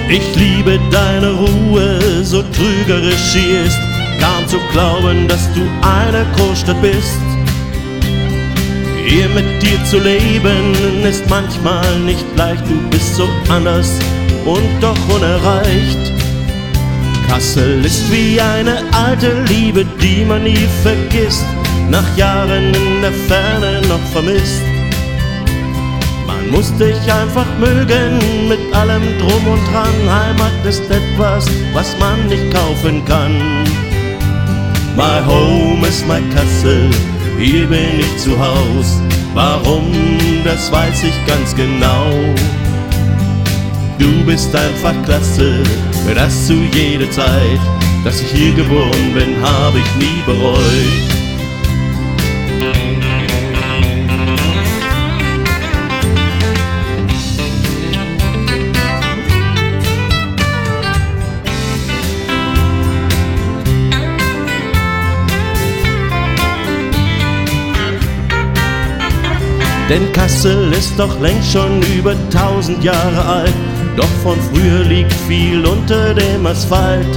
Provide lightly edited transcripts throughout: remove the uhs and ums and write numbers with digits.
Ich liebe deine Ruhe, so trügerisch sie ist, kaum zu glauben, dass du eine Großstadt bist. Hier mit dir zu leben ist manchmal nicht leicht, du bist so anders und doch unerreicht. Kassel ist wie eine alte Liebe, die man nie vergisst, nach Jahren in der Ferne noch vermisst. Man muss dich einfach mögen, mit allem Drum und Dran. Heimat ist etwas, was man nicht kaufen kann. My home is my Kassel, hier bin ich zu Haus. Warum, das weiß ich ganz genau. Du bist einfach klasse, das zu jeder Zeit. Dass ich hier geboren bin, hab ich nie bereut. Denn Kassel ist doch längst schon über 1000 Jahre alt, doch von früher liegt viel unter dem Asphalt.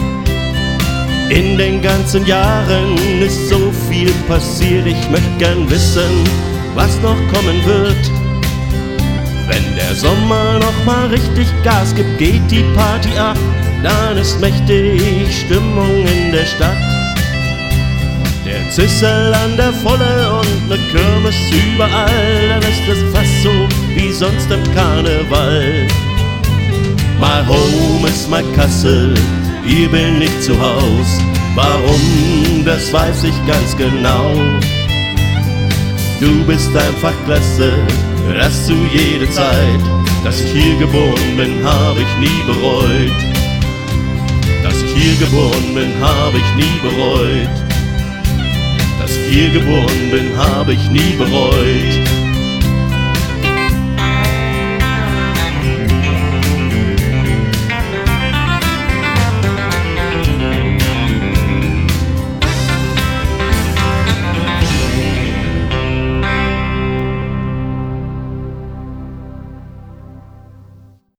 In den ganzen Jahren ist so viel passiert, ich möchte gern wissen, was noch kommen wird. Wenn der Sommer noch mal richtig Gas gibt, geht die Party ab, dann ist mächtig Stimmung in der Stadt. Der Zissel an der Volle und ne Kirmes überall, dann ist es fast so wie sonst im Karneval. My home is my Kassel, hier bin ich zu Haus. Warum, das weiß ich ganz genau. Du bist einfach klasse, das zu jeder Zeit. Dass ich hier geboren bin, hab ich nie bereut. Dass ich hier geboren bin, hab ich nie bereut. Dass ich hier geboren bin, hab ich nie bereut.